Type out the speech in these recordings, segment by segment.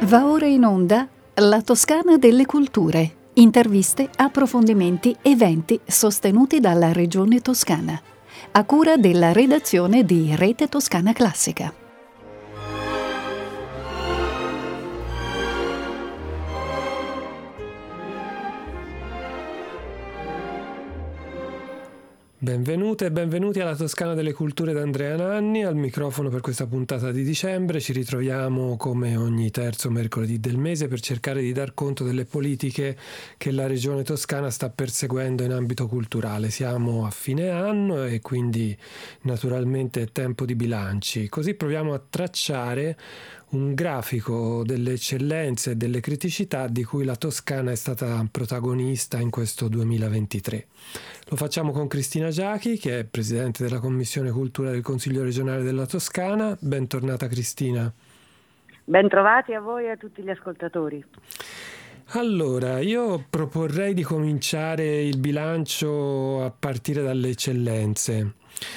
Va ora in onda La Toscana delle Culture. Interviste, approfondimenti, eventi sostenuti dalla Regione Toscana. A cura della redazione di Rete Toscana Classica. Benvenute e benvenuti alla Toscana delle Culture da Andrea Nanni, al microfono per questa puntata di dicembre. Ci ritroviamo come ogni terzo mercoledì del mese per cercare di dar conto delle politiche che la Regione Toscana sta perseguendo in ambito culturale. Siamo a fine anno e quindi naturalmente è tempo di bilanci. Così proviamo a tracciare un grafico delle eccellenze e delle criticità di cui la Toscana è stata protagonista in questo 2023. Lo facciamo con Cristina Giachi, che è Presidente della Commissione Cultura del Consiglio regionale della Toscana. Bentornata Cristina. Bentrovati a voi e a tutti gli ascoltatori. Allora, io proporrei di cominciare il bilancio a partire dalle eccellenze.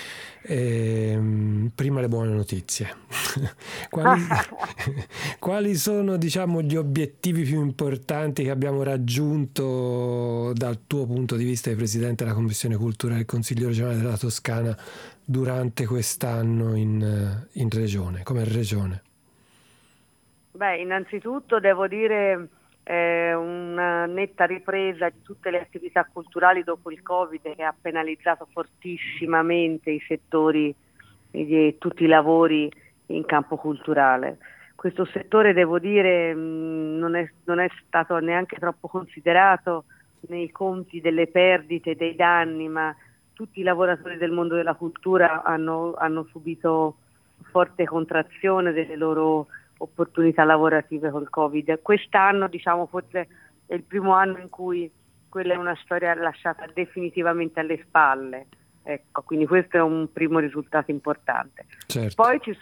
Prima le buone notizie. Quali sono, gli obiettivi più importanti che abbiamo raggiunto dal tuo punto di vista di Presidente della Commissione Cultura del Consiglio regionale della Toscana durante quest'anno in Regione, come Regione? Beh, innanzitutto devo dire una netta ripresa di tutte le attività culturali dopo il Covid, che ha penalizzato fortissimamente i settori e tutti i lavori in campo culturale. Questo settore, devo dire, non è stato neanche troppo considerato nei conti delle perdite e dei danni, ma tutti i lavoratori del mondo della cultura hanno subito forte contrazione delle loro opportunità lavorative col Covid. Quest'anno, forse è il primo anno in cui quella è una storia lasciata definitivamente alle spalle. Ecco, quindi questo è un primo risultato importante. Certo. Poi ci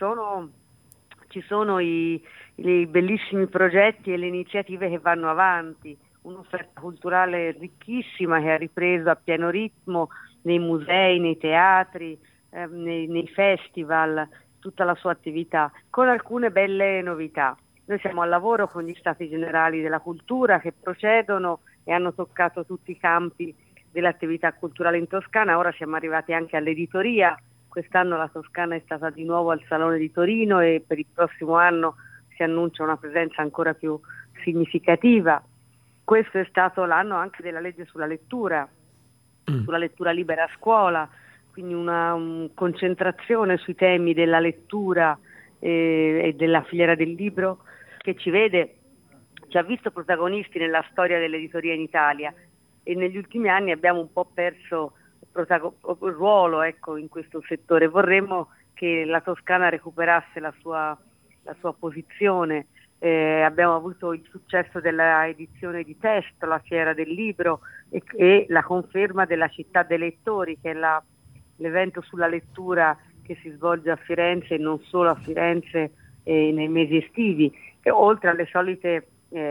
sono i bellissimi progetti e le iniziative che vanno avanti, un'offerta culturale ricchissima che ha ripreso a pieno ritmo nei musei, nei teatri, nei festival, tutta la sua attività, con alcune belle novità. Noi siamo al lavoro con gli Stati Generali della Cultura che procedono e hanno toccato tutti i campi dell'attività culturale in Toscana. Ora siamo arrivati anche all'editoria. Quest'anno la Toscana è stata di nuovo al Salone di Torino e per il prossimo anno si annuncia una presenza ancora più significativa. Questo è stato l'anno anche della legge sulla lettura libera a scuola, quindi una concentrazione sui temi della lettura e della filiera del libro che ci ha visto protagonisti nella storia dell'editoria in Italia, e negli ultimi anni abbiamo un po' perso il ruolo, in questo settore. Vorremmo che la Toscana recuperasse la sua posizione. Abbiamo avuto il successo della edizione di testo, la fiera del libro e la conferma della città dei lettori, che è l'evento sulla lettura che si svolge a Firenze e non solo a Firenze nei mesi estivi, e oltre alle solite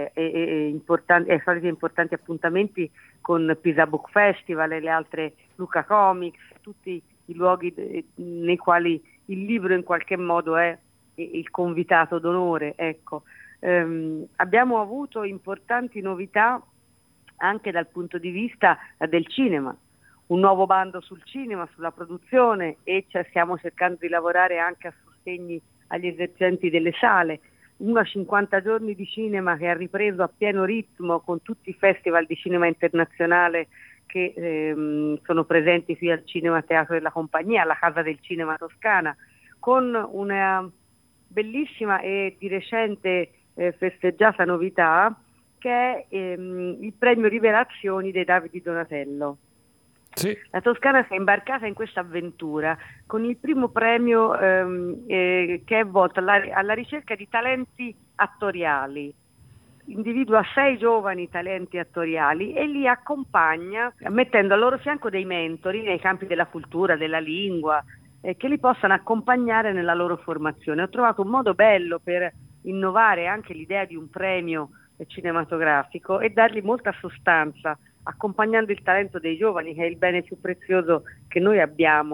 importanti appuntamenti con Pisa Book Festival e le altre Luca Comics, tutti i luoghi nei quali il libro in qualche modo è il convitato d'onore. Abbiamo avuto importanti novità anche dal punto di vista del cinema, un nuovo bando sul cinema, sulla produzione, e stiamo cercando di lavorare anche a sostegni agli esercenti delle sale. 50 giorni di cinema che ha ripreso a pieno ritmo con tutti i festival di cinema internazionale che sono presenti qui al Cinema Teatro della Compagnia, alla Casa del Cinema Toscana, con una bellissima e di recente festeggiata novità che è il premio Rivelazioni dei Davide Donatello. Sì. La Toscana si è imbarcata in questa avventura con il primo premio che è volto alla ricerca di talenti attoriali. Individua 6 giovani talenti attoriali e li accompagna mettendo al loro fianco dei mentori nei campi della cultura, della lingua, che li possano accompagnare nella loro formazione. Ho trovato un modo bello per innovare anche l'idea di un premio cinematografico e dargli molta sostanza, accompagnando il talento dei giovani, che è il bene più prezioso che noi abbiamo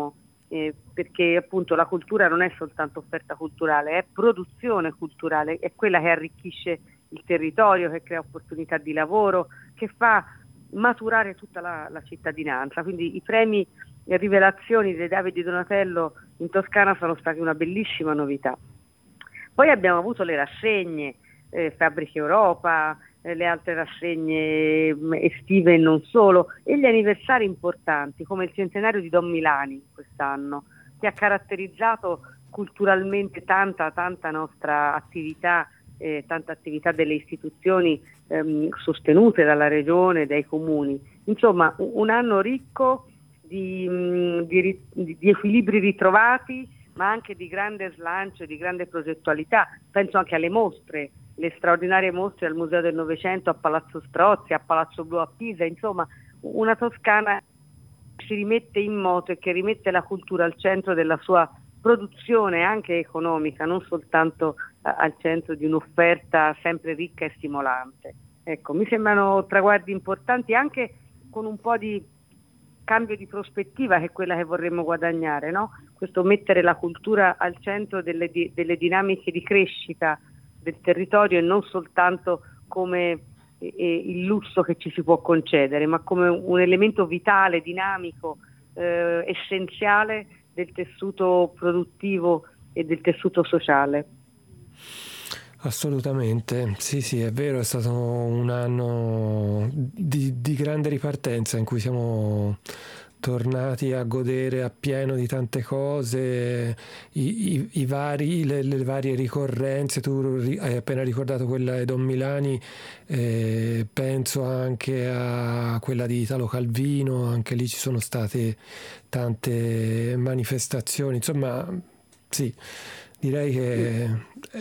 perché appunto la cultura non è soltanto offerta culturale, è produzione culturale, è quella che arricchisce il territorio, che crea opportunità di lavoro, che fa maturare tutta la cittadinanza. Quindi i premi e rivelazioni dei Davide Donatello in Toscana sono stati una bellissima novità. Poi abbiamo avuto le rassegne, Fabbriche Europa, le altre rassegne estive e non solo, e gli anniversari importanti come il centenario di Don Milani quest'anno, che ha caratterizzato culturalmente tanta nostra attività, tanta attività delle istituzioni sostenute dalla regione, dai comuni. Insomma, un anno ricco di equilibri ritrovati, ma anche di grande slancio e di grande progettualità. Penso anche alle mostre, le straordinarie mostre al Museo del Novecento, a Palazzo Strozzi, a Palazzo Blu a Pisa. Insomma, una Toscana che si rimette in moto e che rimette la cultura al centro della sua produzione anche economica, non soltanto al centro di un'offerta sempre ricca e stimolante. Ecco, mi sembrano traguardi importanti, anche con un po' di cambio di prospettiva, che è quella che vorremmo guadagnare, no? Questo mettere la cultura al centro delle dinamiche di crescita del territorio, e non soltanto come il lusso che ci si può concedere, ma come un elemento vitale, dinamico, essenziale del tessuto produttivo e del tessuto sociale. Assolutamente, sì, è vero, è stato un anno di grande ripartenza in cui siamo tornati a godere appieno di tante cose, le varie ricorrenze. Tu hai appena ricordato quella di Don Milani, penso anche a quella di Italo Calvino, anche lì ci sono state tante manifestazioni, insomma, sì. Direi che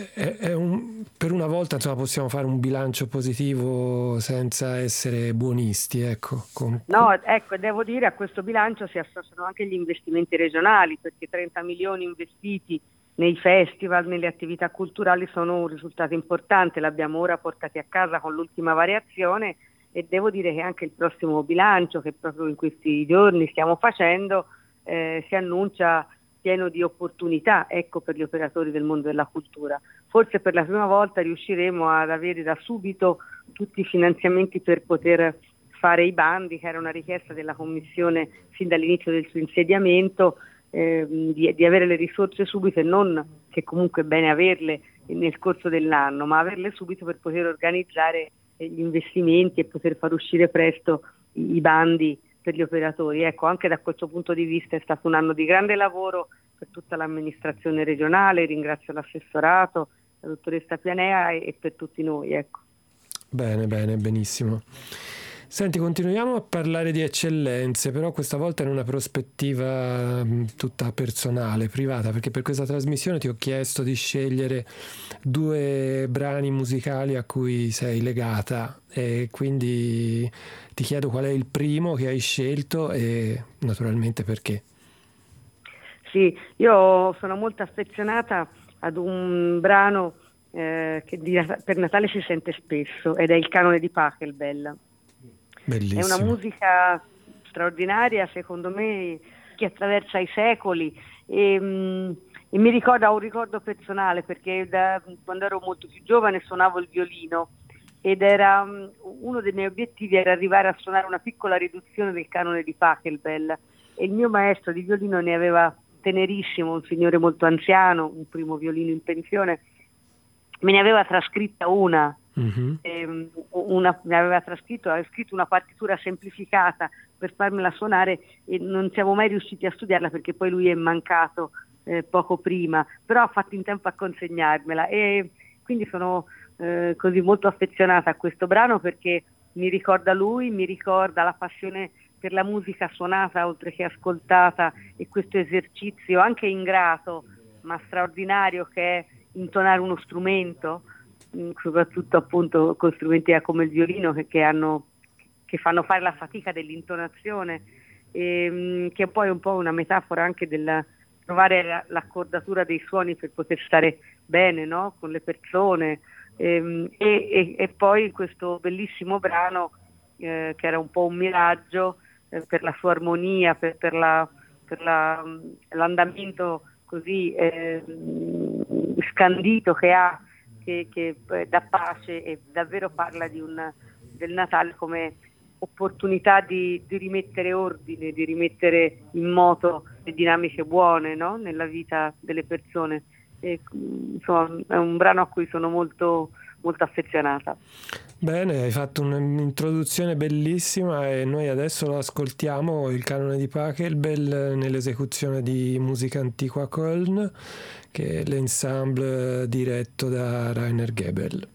per una volta, insomma, possiamo fare un bilancio positivo senza essere buonisti, ecco. No, ecco, devo dire, a questo bilancio si associano anche gli investimenti regionali, perché 30 milioni investiti nei festival, nelle attività culturali sono un risultato importante. L'abbiamo ora portati a casa con l'ultima variazione, e devo dire che anche il prossimo bilancio, che proprio in questi giorni stiamo facendo, si annuncia pieno di opportunità, ecco, per gli operatori del mondo della cultura. Forse per la prima volta riusciremo ad avere da subito tutti i finanziamenti per poter fare i bandi, che era una richiesta della Commissione fin dall'inizio del suo insediamento, di avere le risorse subito, e non che comunque è bene averle nel corso dell'anno, ma averle subito per poter organizzare gli investimenti e poter far uscire presto i bandi per gli operatori. Ecco, anche da questo punto di vista è stato un anno di grande lavoro per tutta l'amministrazione regionale. Ringrazio l'assessorato, la dottoressa Pianea, e per tutti noi. Ecco. Bene, benissimo. Senti, continuiamo a parlare di eccellenze, però questa volta in una prospettiva tutta personale, privata, perché per questa trasmissione ti ho chiesto di scegliere 2 brani musicali a cui sei legata, e quindi ti chiedo qual è il primo che hai scelto e naturalmente perché. Sì, io sono molto affezionata ad un brano che per Natale si sente spesso, ed è il Canone di Pachelbel. Bellissimo. È una musica straordinaria, secondo me, che attraversa i secoli, e mi ricorda un ricordo personale, perché quando ero molto più giovane suonavo il violino, ed era uno dei miei obiettivi era arrivare a suonare una piccola riduzione del Canone di Pachelbel, e il mio maestro di violino ne aveva tenerissimo, un signore molto anziano, un primo violino in pensione, me ne aveva trascritta una. Aveva scritto una partitura semplificata per farmela suonare, e non siamo mai riusciti a studiarla perché poi lui è mancato poco prima, però ha fatto in tempo a consegnarmela, e quindi sono così molto affezionata a questo brano, perché mi ricorda lui, mi ricorda la passione per la musica suonata oltre che ascoltata, e questo esercizio anche ingrato ma straordinario che è intonare uno strumento, soprattutto appunto con strumenti come il violino che fanno fare la fatica dell'intonazione, che è poi un po' una metafora anche del trovare l'accordatura dei suoni per poter stare bene, no? Con le persone, e poi questo bellissimo brano che era un po' un miraggio per la sua armonia, per la l'andamento così scandito che ha, che dà pace e davvero parla del Natale come opportunità di rimettere ordine, di rimettere in moto le dinamiche buone, no? Nella vita delle persone. Insomma, è un brano a cui sono molto, molto affezionata. Bene, hai fatto un'introduzione bellissima e noi adesso lo ascoltiamo, il canone di Pachelbel nell'esecuzione di Musica Antiqua a Köln, che è l'ensemble diretto da Rainer Gebel.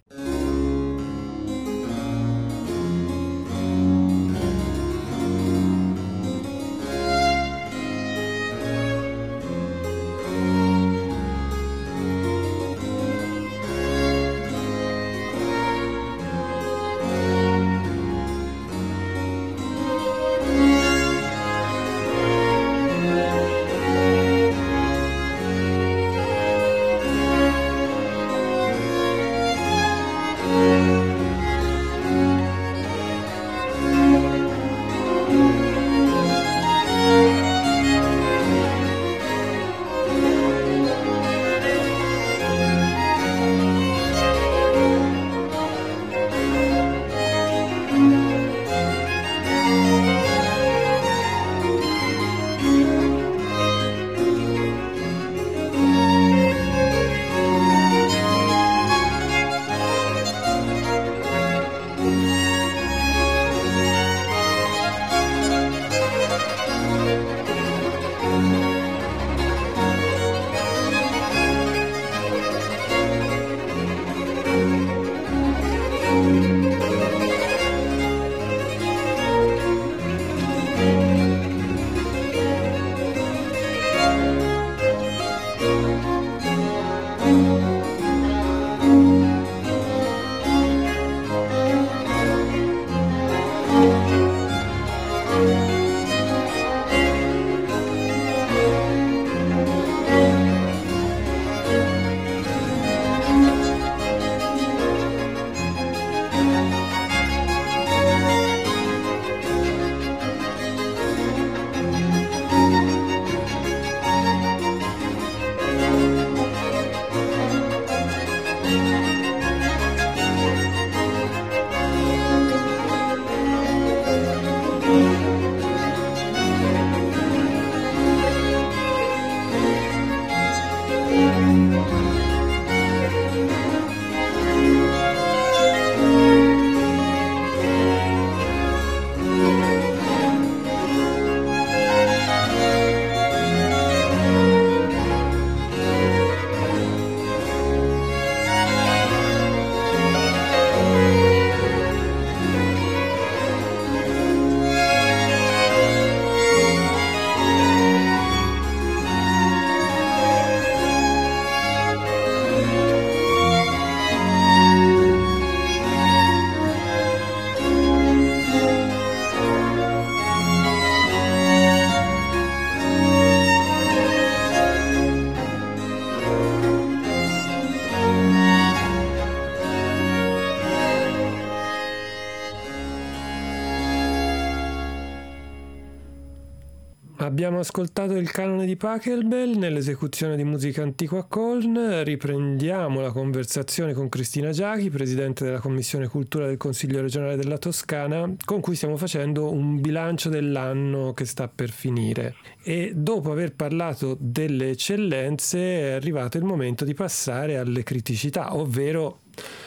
Abbiamo ascoltato il canone di Pachelbel nell'esecuzione di Musica Antiqua a Köln. Riprendiamo la conversazione con Cristina Giachi, presidente della Commissione Cultura del Consiglio regionale della Toscana, con cui stiamo facendo un bilancio dell'anno che sta per finire. E dopo aver parlato delle eccellenze è arrivato il momento di passare alle criticità, ovvero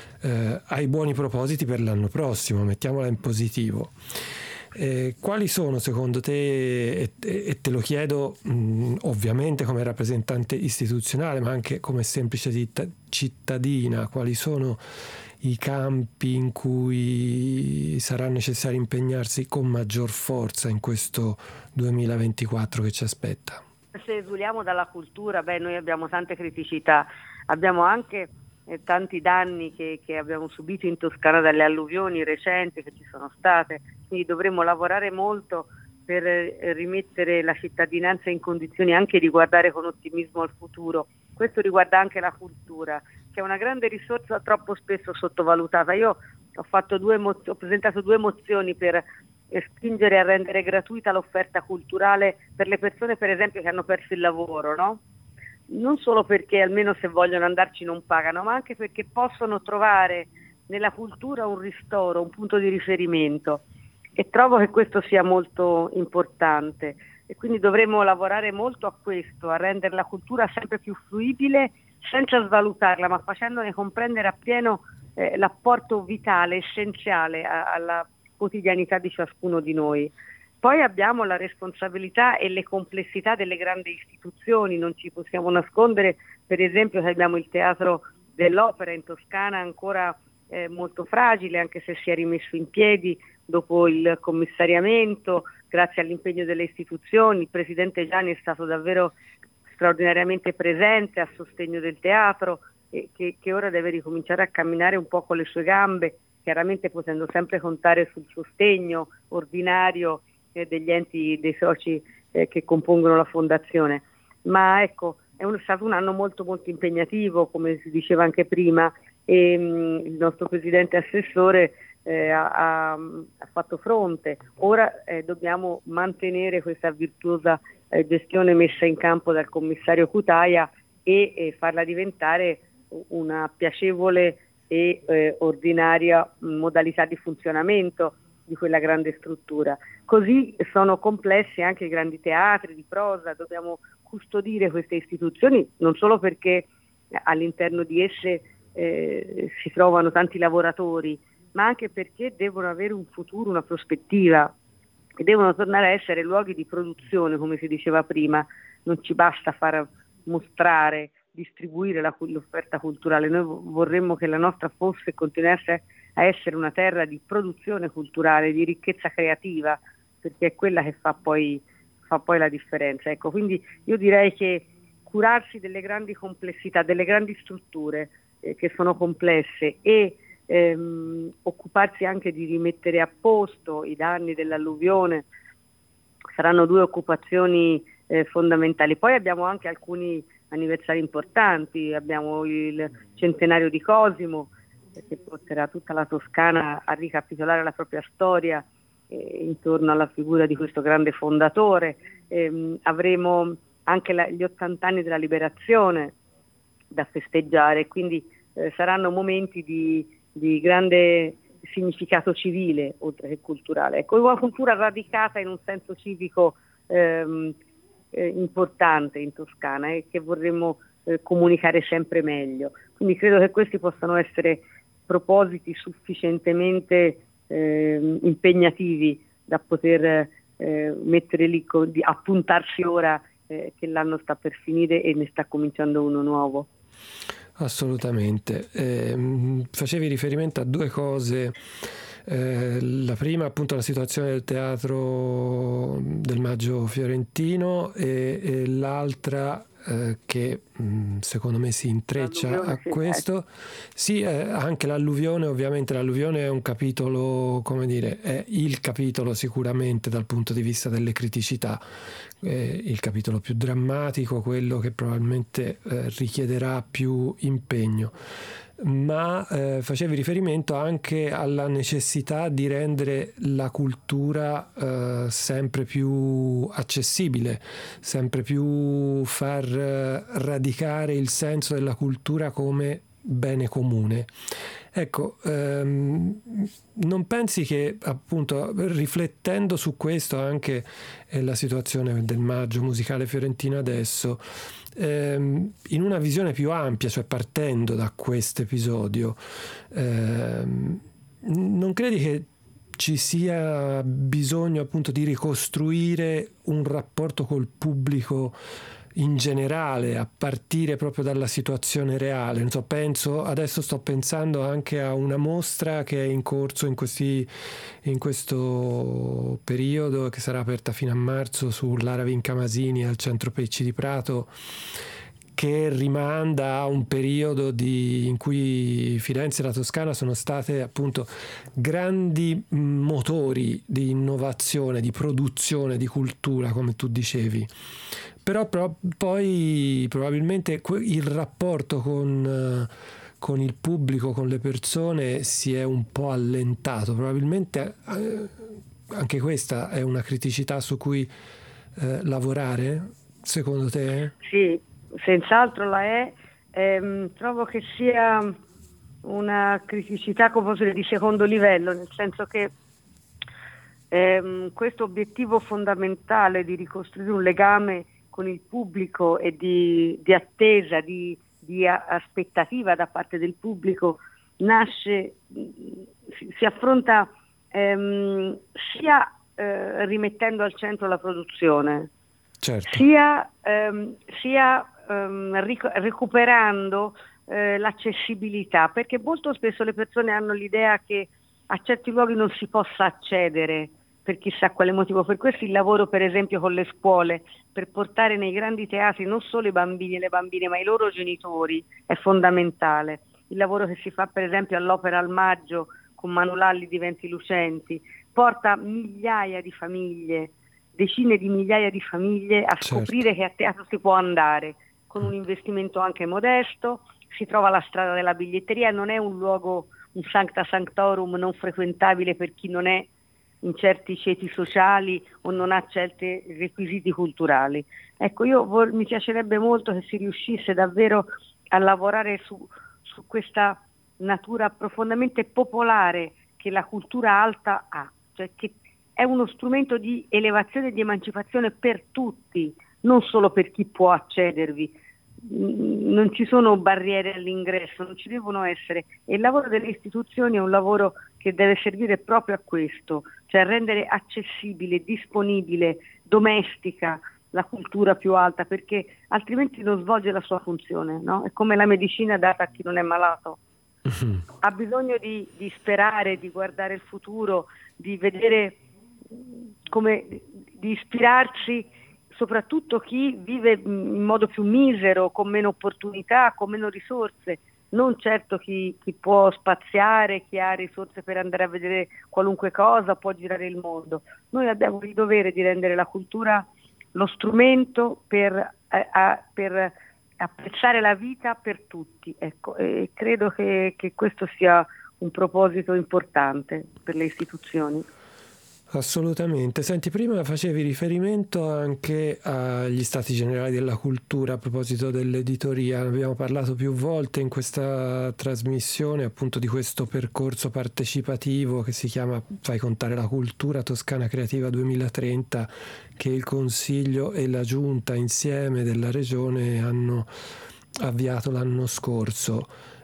ai buoni propositi per l'anno prossimo, mettiamola in positivo. Quali sono secondo te, e te lo chiedo ovviamente come rappresentante istituzionale ma anche come semplice cittadina, quali sono i campi in cui sarà necessario impegnarsi con maggior forza in questo 2024 che ci aspetta? Se esuliamo dalla cultura, noi abbiamo tante criticità, abbiamo anche tanti danni che abbiamo subito in Toscana dalle alluvioni recenti che ci sono state, quindi dovremo lavorare molto per rimettere la cittadinanza in condizioni anche di guardare con ottimismo al futuro. Questo riguarda anche la cultura, che è una grande risorsa troppo spesso sottovalutata. Io ho presentato 2 mozioni per spingere a rendere gratuita l'offerta culturale per le persone, per esempio, che hanno perso il lavoro, no? Non solo perché almeno se vogliono andarci non pagano, ma anche perché possono trovare nella cultura un ristoro, un punto di riferimento, e trovo che questo sia molto importante, e quindi dovremo lavorare molto a questo, a rendere la cultura sempre più fruibile senza svalutarla, ma facendone comprendere appieno l'apporto vitale, essenziale alla quotidianità di ciascuno di noi. Poi abbiamo la responsabilità e le complessità delle grandi istituzioni, non ci possiamo nascondere, per esempio, che abbiamo il Teatro dell'Opera in Toscana ancora molto fragile, anche se si è rimesso in piedi dopo il commissariamento, grazie all'impegno delle istituzioni. Il Presidente Gianni è stato davvero straordinariamente presente a sostegno del teatro, che ora deve ricominciare a camminare un po' con le sue gambe, chiaramente potendo sempre contare sul sostegno ordinario degli enti, dei soci che compongono la fondazione. Ma ecco, stato un anno molto molto impegnativo, come si diceva anche prima, e il nostro presidente assessore ha fatto fronte. Ora dobbiamo mantenere questa virtuosa gestione messa in campo dal commissario Cutaia e farla diventare una piacevole e ordinaria modalità di funzionamento di quella grande struttura. Così sono complessi anche i grandi teatri di prosa, dobbiamo custodire queste istituzioni non solo perché all'interno di esse si trovano tanti lavoratori, ma anche perché devono avere un futuro, una prospettiva, e devono tornare a essere luoghi di produzione, come si diceva prima. Non ci basta far mostrare, distribuire l'offerta culturale, noi vorremmo che la nostra fosse e continuasse a essere una terra di produzione culturale, di ricchezza creativa, perché è quella che fa poi la differenza. Ecco, quindi io direi che curarsi delle grandi complessità, delle grandi strutture che sono complesse, e occuparsi anche di rimettere a posto i danni dell'alluvione saranno due occupazioni fondamentali. Poi abbiamo anche alcuni anniversari importanti, abbiamo il centenario di Cosimo, che porterà tutta la Toscana a ricapitolare la propria storia intorno alla figura di questo grande fondatore. Avremo anche gli 80 anni della liberazione da festeggiare, quindi saranno momenti di grande significato civile oltre che culturale. Ecco, una cultura radicata in un senso civico importante in Toscana e che vorremmo comunicare sempre meglio. Quindi credo che questi possano essere propositi sufficientemente impegnativi da poter mettere lì, appuntarsi ora che l'anno sta per finire e ne sta cominciando uno nuovo. Assolutamente. Facevi riferimento a due cose. La prima, appunto, la situazione del teatro del Maggio fiorentino, e l'altra che secondo me si intreccia a questo. Sì, anche l'alluvione. Ovviamente l'alluvione è un capitolo, come dire, è il capitolo sicuramente dal punto di vista delle criticità, il capitolo più drammatico, quello che probabilmente richiederà più impegno. Ma facevi riferimento anche alla necessità di rendere la cultura sempre più accessibile, sempre più far radicare il senso della cultura come bene comune. Ecco, non pensi che, appunto, riflettendo su questo, anche la situazione del Maggio musicale fiorentino adesso, in una visione più ampia, cioè partendo da questo episodio, non credi che ci sia bisogno, appunto, di ricostruire un rapporto col pubblico in generale, a partire proprio dalla situazione reale? Non so, adesso sto pensando anche a una mostra che è in corso in questo periodo, che sarà aperta fino a marzo, sull'Ara Vinca Masini al Centro Pecci di Prato, che rimanda a un periodo in cui Firenze e la Toscana sono state, appunto, grandi motori di innovazione, di produzione, di cultura, come tu dicevi. Però poi probabilmente il rapporto con il pubblico, con le persone, si è un po' allentato. Probabilmente anche questa è una criticità su cui lavorare, secondo te? Sì, senz'altro la è. Trovo che sia una criticità, come posso dire, di secondo livello, nel senso che questo obiettivo fondamentale di ricostruire un legame con il pubblico e di attesa, di aspettativa da parte del pubblico nasce, si affronta sia rimettendo al centro la produzione, certo, sia recuperando l'accessibilità, perché molto spesso le persone hanno l'idea che a certi luoghi non si possa accedere per chissà quale motivo. Per questo il lavoro, per esempio, con le scuole, per portare nei grandi teatri non solo i bambini e le bambine, ma i loro genitori, è fondamentale. Il lavoro che si fa, per esempio, all'Opera al Maggio con Manu Lalli di Venti Lucenti porta migliaia di famiglie, decine di migliaia di famiglie a scoprire che a teatro si può andare con un investimento anche modesto. Si trova la strada della biglietteria, non è un luogo, un sancta sanctorum non frequentabile per chi non è in certi ceti sociali o non ha certi requisiti culturali. Ecco, mi piacerebbe molto che si riuscisse davvero a lavorare su questa natura profondamente popolare che la cultura alta ha, cioè che è uno strumento di elevazione e di emancipazione per tutti, non solo per chi può accedervi. Non ci sono barriere all'ingresso, non ci devono essere, e il lavoro delle istituzioni è un lavoro che deve servire proprio a questo, cioè a rendere accessibile, disponibile, domestica la cultura più alta, perché altrimenti non svolge la sua funzione, no? È come la medicina data a chi non è malato. Ha bisogno di sperare, di guardare il futuro, di vedere come, di ispirarsi, soprattutto chi vive in modo più misero, con meno opportunità, con meno risorse, non certo chi può spaziare, chi ha risorse per andare a vedere qualunque cosa, può girare il mondo. Noi abbiamo il dovere di rendere la cultura lo strumento per apprezzare la vita per tutti, ecco, e credo che questo sia un proposito importante per le istituzioni. Assolutamente. Senti, prima facevi riferimento anche agli Stati Generali della Cultura a proposito dell'editoria. Abbiamo parlato più volte in questa trasmissione appunto di questo percorso partecipativo che si chiama Fai contare la cultura Toscana Creativa 2030, che il Consiglio e la Giunta insieme della Regione hanno avviato l'anno scorso.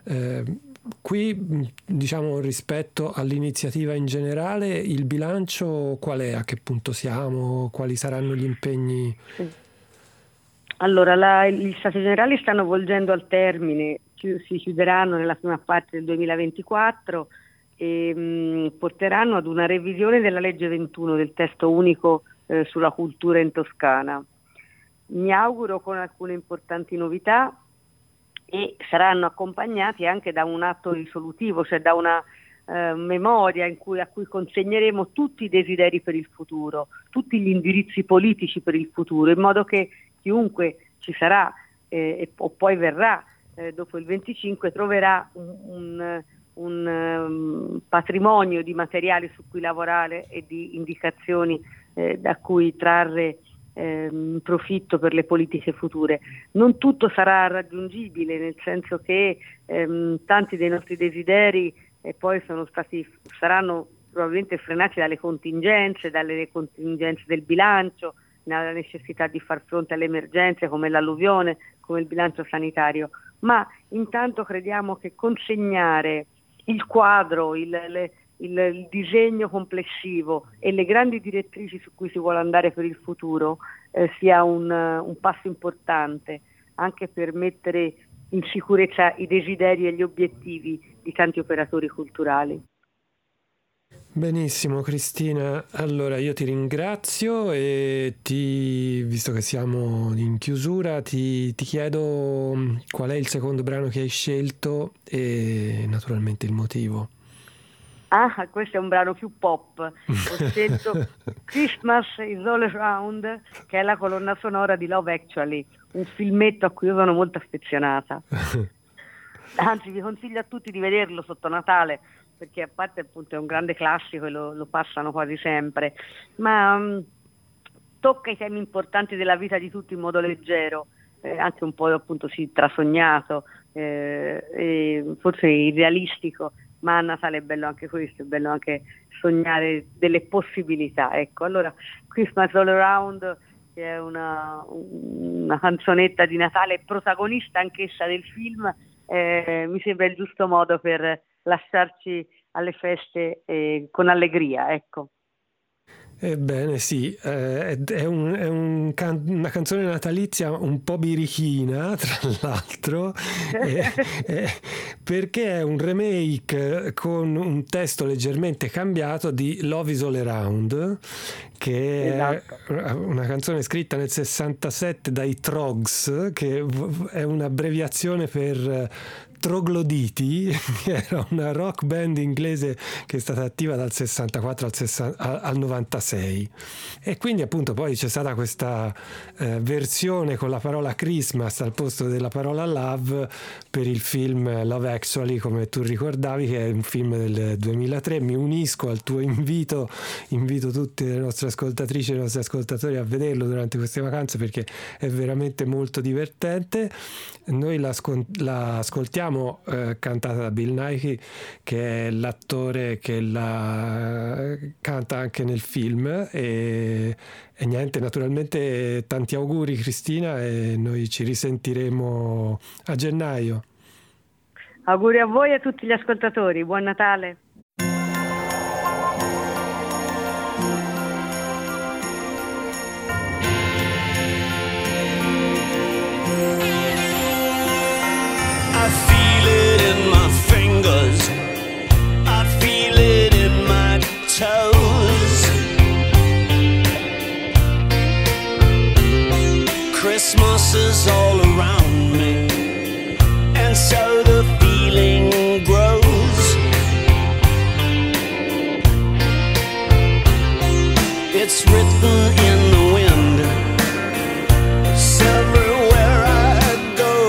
Qui, diciamo, rispetto all'iniziativa in generale, il bilancio qual è? A che punto siamo? Quali saranno gli impegni? Allora, gli Stati Generali stanno volgendo al termine, si chiuderanno nella prima parte del 2024 e porteranno ad una revisione della legge 21, del testo unico sulla cultura in Toscana. Mi auguro con alcune importanti novità, e saranno accompagnati anche da un atto risolutivo, cioè da una memoria a cui consegneremo tutti i desideri per il futuro, tutti gli indirizzi politici per il futuro, in modo che chiunque ci sarà o poi verrà dopo il 25 troverà un patrimonio di materiali su cui lavorare e di indicazioni da cui trarre profitto per le politiche future. Non tutto sarà raggiungibile, nel senso che tanti dei nostri desideri poi saranno probabilmente frenati dalle contingenze del bilancio, dalla necessità di far fronte alle emergenze come l'alluvione, come il bilancio sanitario, ma intanto crediamo che consegnare il quadro, il disegno complessivo e le grandi direttrici su cui si vuole andare per il futuro sia un passo importante anche per mettere in sicurezza i desideri e gli obiettivi di tanti operatori culturali. Benissimo Cristina, allora io ti ringrazio e visto che siamo in chiusura, ti chiedo qual è il secondo brano che hai scelto e naturalmente il motivo. Ah, questo è un brano più pop. Ho scelto Christmas is All Around, che è la colonna sonora di Love Actually, un filmetto a cui io sono molto affezionata. Anzi, vi consiglio a tutti di vederlo sotto Natale, perché a parte appunto è un grande classico e lo passano quasi sempre, ma tocca i temi importanti della vita di tutti in modo leggero, anche un po' appunto sì, trasognato, e forse irrealistico, ma a Natale è bello anche questo, è bello anche sognare delle possibilità. Ecco, allora Christmas All Around, che è una canzonetta di Natale, protagonista anch'essa del film, mi sembra il giusto modo per lasciarci alle feste con allegria, ecco. Ebbene sì, è una canzone natalizia un po' birichina, tra l'altro, perché è un remake con un testo leggermente cambiato di Love is All Around, che è una canzone scritta nel 67 dai Troggs, che è un'abbreviazione per Trogloditi, che era una rock band inglese che è stata attiva dal 64 al 96, e quindi appunto poi c'è stata questa versione con la parola Christmas al posto della parola love per il film Love Actually, come tu ricordavi, che è un film del 2003. Mi unisco al tuo invito tutte le nostre ascoltatrici e i nostri ascoltatori a vederlo durante queste vacanze, perché è veramente molto divertente. Noi la ascoltiamo cantata da Bill Nighy, che è l'attore che la canta anche nel film, e niente, naturalmente tanti auguri Cristina, e noi ci risentiremo a gennaio. Auguri a voi e a tutti gli ascoltatori, buon Natale. I feel it in my toes. Christmas is all around me, and so the feeling grows. It's written in the wind, it's everywhere I go.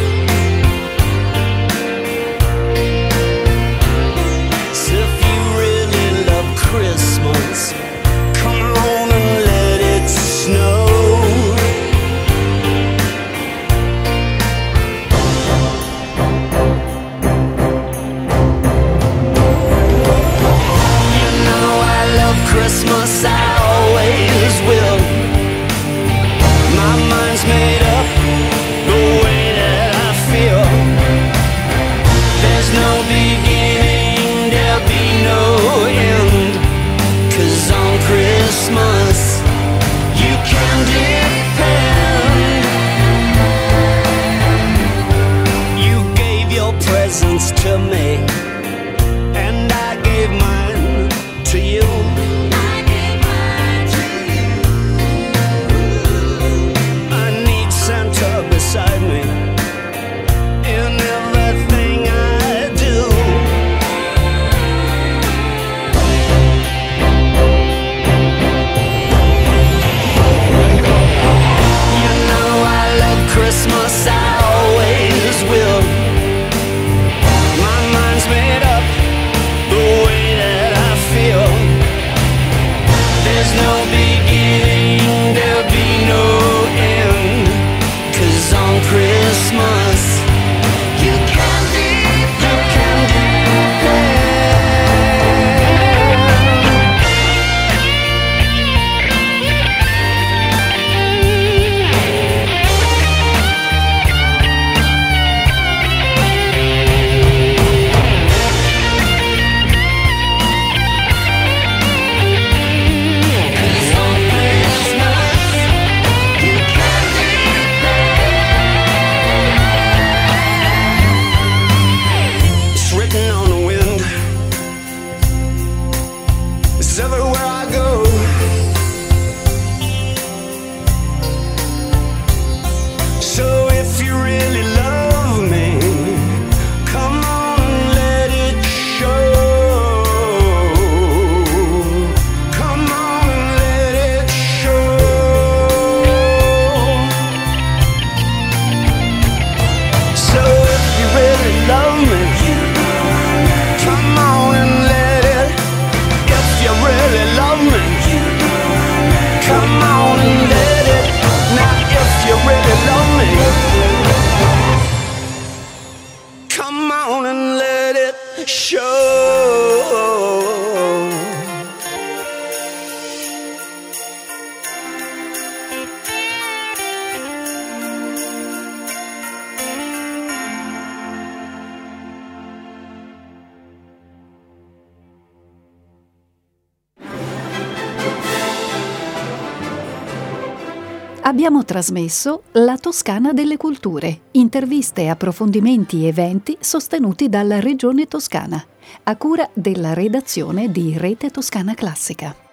Christmas, come on and let it snow. You know I love Christmas, I always will. Come on and let it show. Abbiamo trasmesso La Toscana delle Culture, interviste, approfondimenti e eventi sostenuti dalla Regione Toscana, a cura della redazione di Rete Toscana Classica.